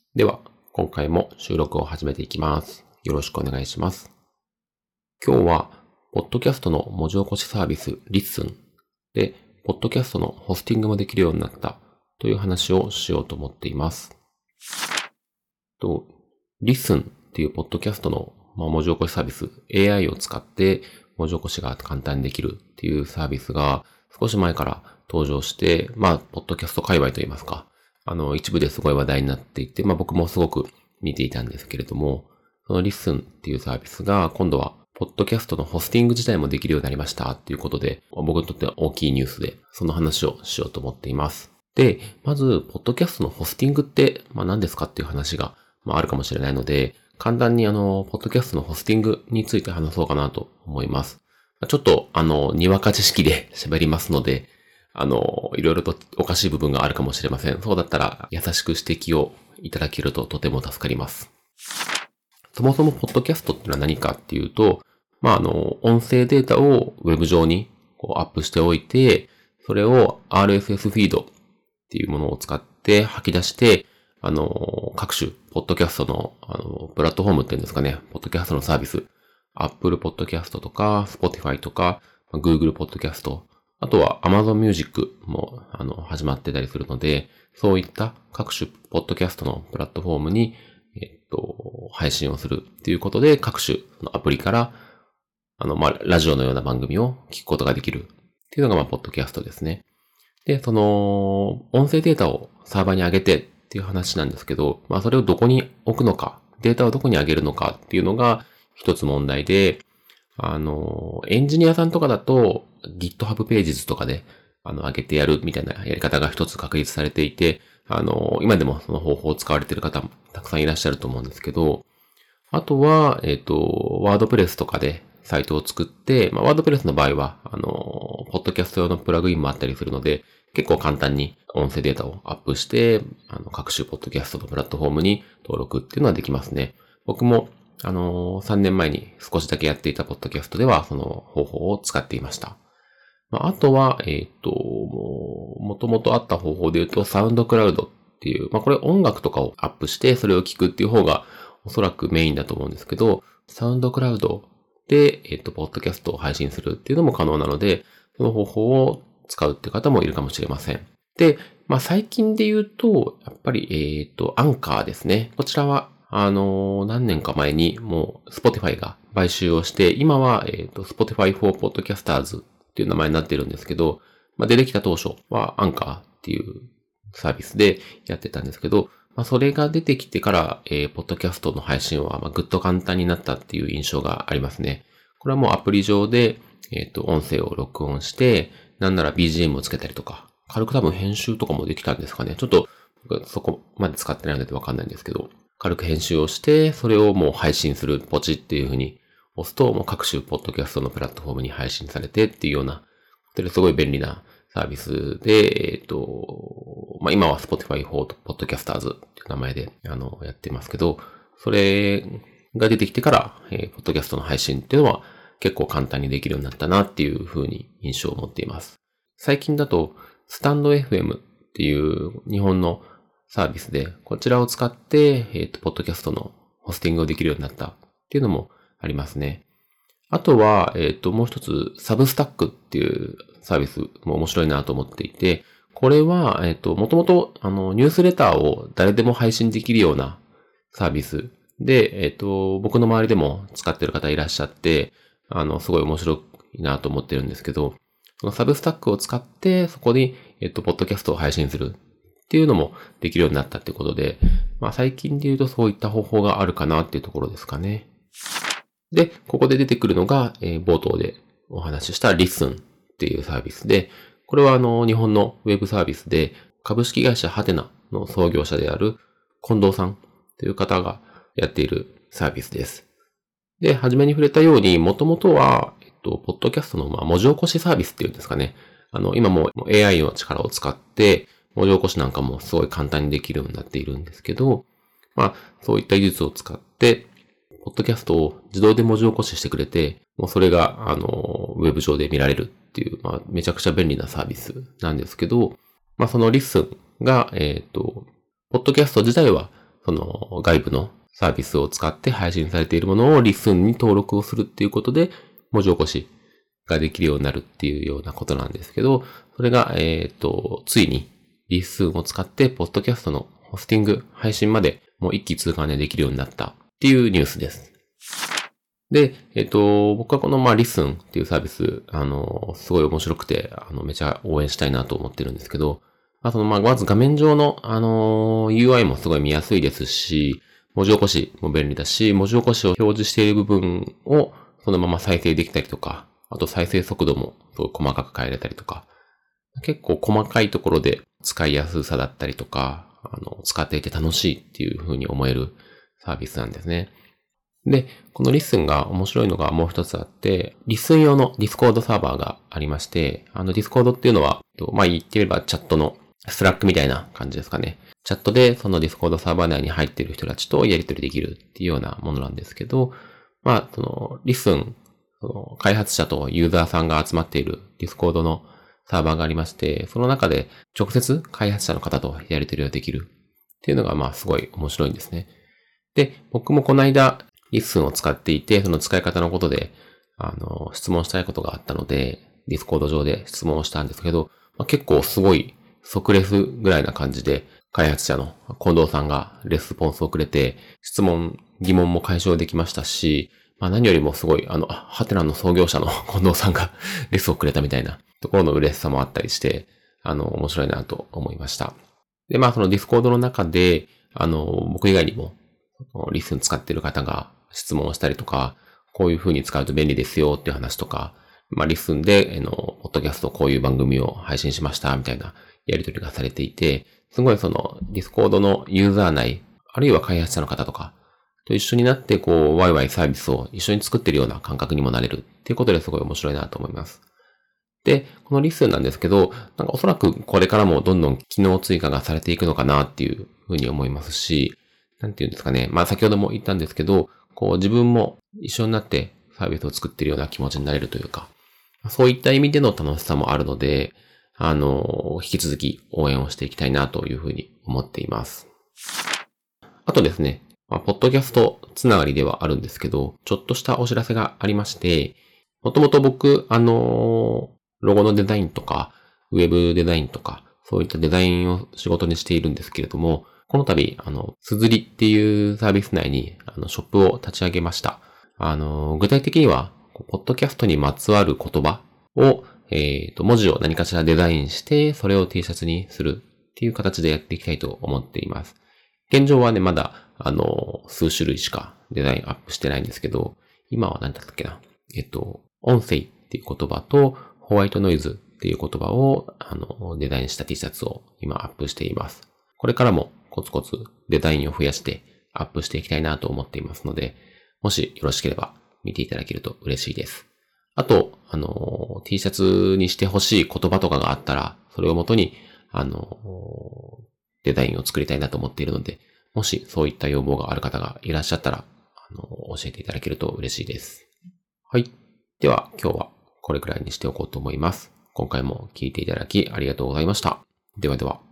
では、今回も収録を始めていきます。よろしくお願いします。今日は、ポッドキャストの文字起こしサービス、リッスンで、ポッドキャストのホスティングもできるようになったという話をしようと思っています。リッスンっていうポッドキャストの文字起こしサービス、AI を使って文字起こしが簡単にできるっていうサービスが少し前から登場して、ポッドキャスト界隈といいますか、一部ですごい話題になっていて、僕もすごく見ていたんですけれども、そのリッスンっていうサービスが今度はポッドキャストのホスティング自体もできるようになりましたっていうことで、僕にとっては大きいニュースで、その話をしようと思っています。で、まず、ポッドキャストのホスティングって、何ですかっていう話が、あるかもしれないので、簡単にポッドキャストのホスティングについて話そうかなと思います。ちょっと、にわか知識で喋りますので、いろいろとおかしい部分があるかもしれません。そうだったら、優しく指摘をいただけるととても助かります。そもそも、ポッドキャストっていうのは何かっていうと、音声データをウェブ上にアップしておいて、それを RSS フィードっていうものを使って吐き出して、各種、ポッドキャストの、プラットフォームっていうんですかね、ポッドキャストのサービス、Apple Podcast とか、Spotify とか、Google Podcast、あとは Amazon Music も、始まってたりするので、そういった各種、ポッドキャストのプラットフォームに、配信をするっていうことで、各種のアプリから、ラジオのような番組を聞くことができるっていうのが、ポッドキャストですね。で、その、音声データをサーバーに上げてっていう話なんですけど、それをどこに置くのか、データをどこに上げるのかっていうのが一つ問題で、エンジニアさんとかだと GitHub Pages とかで、上げてやるみたいなやり方が一つ確立されていて、今でもその方法を使われている方もたくさんいらっしゃると思うんですけど、あとは、ワードプレスとかでサイトを作って、ワードプレスの場合は、ポッドキャスト用のプラグインもあったりするので、結構簡単に音声データをアップして、各種ポッドキャストのプラットフォームに登録っていうのはできますね。僕も、3年前に少しだけやっていたポッドキャストでは、その方法を使っていました。あとは、もともとあった方法で言うと、サウンドクラウドっていう、これ音楽とかをアップして、それを聞くっていう方が、おそらくメインだと思うんですけど、サウンドクラウドで、ポッドキャストを配信するっていうのも可能なので、その方法を使うって方もいるかもしれません。で、最近で言うと、やっぱり、アンカーですね。こちらは、何年か前にもう Spotify が買収をして、今は、Spotify for Podcasters っていう名前になってるんですけど、出てきた当初はアンカーっていうサービスでやってたんですけど、それが出てきてから、ポッドキャストの配信は、ぐっと簡単になったっていう印象がありますね。これはもうアプリ上で、音声を録音して、なんなら BGM をつけたりとか、軽く多分編集とかもできたんですかね。ちょっと、そこまで使ってないのでわかんないんですけど、軽く編集をして、それをもう配信する、ポチっていう風に押すと、もう各種ポッドキャストのプラットフォームに配信されてっていうような、すごい便利なサービスで、今は Spotify for Podcasters っていう名前で、やってますけど、それが出てきてから、ポッドキャストの配信っていうのは結構簡単にできるようになったなっていう風に印象を持っています。最近だと、スタンド FM っていう日本のサービスで、こちらを使って、ポッドキャストのホスティングをできるようになったっていうのもありますね。あとは、もう一つ、サブスタックっていうサービスも面白いなと思っていて、これは、もともと、ニュースレターを誰でも配信できるようなサービスで、僕の周りでも使ってる方いらっしゃって、すごい面白いなと思ってるんですけど、そのサブスタックを使って、そこに、ポッドキャストを配信するっていうのもできるようになったっていうことで、最近で言うとそういった方法があるかなっていうところですかね。で、ここで出てくるのが、冒頭でお話ししたリッスンっていうサービスで、これは日本のウェブサービスで、株式会社ハテナの創業者である近藤さんという方がやっているサービスです。で、初めに触れたように、もともとは、ポッドキャストの文字起こしサービスっていうんですかね。今も AI の力を使って、文字起こしなんかもすごい簡単にできるようになっているんですけど、そういった技術を使って、ポッドキャストを自動で文字起こししてくれて、もうそれが、ウェブ上で見られるっていう、めちゃくちゃ便利なサービスなんですけど、そのリッスンが、ポッドキャスト自体は、 その外部のサービスを使って配信されているものをリスンに登録をするっていうことで、文字起こしができるようになるっていうようなことなんですけど、それが、ついにリスンを使って、ポッドキャストのホスティング、配信までもう一気通貫でできるようになったっていうニュースです。で、僕はこの、リスンっていうサービス、すごい面白くて、めちゃ応援したいなと思ってるんですけど、まず画面上の、UI もすごい見やすいですし、文字起こしも便利だし、文字起こしを表示している部分をそのまま再生できたりとか、あと再生速度もすごい細かく変えれたりとか、結構細かいところで使いやすさだったりとか、使っていて楽しいっていう風に思えるサービスなんですね。で、このリッスンが面白いのがもう一つあって、リッスン用のディスコードサーバーがありまして、ディスコードっていうのは、言ってみればチャットのスラックみたいな感じですかね。チャットでそのディスコードサーバー内に入っている人たちとやり取りできるっていうようなものなんですけど、そのリッスン、その開発者とユーザーさんが集まっているディスコードのサーバーがありまして、その中で直接開発者の方とやり取りができるっていうのがすごい面白いんですね。で、僕もこの間リッスンを使っていて、その使い方のことで、質問したいことがあったので、ディスコード上で質問をしたんですけど、結構すごい即レスぐらいな感じで、開発者の近藤さんがレスポンスをくれて、質問、疑問も解消できましたし、何よりもすごい、ハテナの創業者の近藤さんがレスをくれたみたいなところの嬉しさもあったりして、面白いなと思いました。で、そのディスコードの中で、僕以外にも、リスン使っている方が質問をしたりとか、こういう風に使うと便利ですよっていう話とか、リスンで、ポッドキャストこういう番組を配信しましたみたいなやり取りがされていて、すごいそのディスコードのユーザー内、あるいは開発者の方とかと一緒になってワイワイサービスを一緒に作ってるような感覚にもなれるっていうことですごい面白いなと思います。で、このリスンなんですけど、おそらくこれからもどんどん機能追加がされていくのかなっていうふうに思いますし、なんていうんですかね。先ほども言ったんですけど、自分も一緒になってサービスを作っているような気持ちになれるというか、そういった意味での楽しさもあるので、引き続き応援をしていきたいなというふうに思っています。あとですね、ポッドキャストつながりではあるんですけど、ちょっとしたお知らせがありまして、もともと僕、ロゴのデザインとか、ウェブデザインとか、そういったデザインを仕事にしているんですけれども、この度、すずりっていうサービス内に、ショップを立ち上げました。具体的には、ポッドキャストにまつわる言葉を、文字を何かしらデザインして、それを T シャツにするっていう形でやっていきたいと思っています。現状はね、まだ、数種類しかデザインアップしてないんですけど、今は何だったっけな。音声っていう言葉と、ホワイトノイズっていう言葉を、デザインした T シャツを今アップしています。これからもコツコツデザインを増やしてアップしていきたいなと思っていますので、もしよろしければ見ていただけると嬉しいです。あと、T シャツにしてほしい言葉とかがあったら、それをもとに、デザインを作りたいなと思っているので、もしそういった要望がある方がいらっしゃったら、教えていただけると嬉しいです。はい。では、今日はこれくらいにしておこうと思います。今回も聞いていただきありがとうございました。ではでは。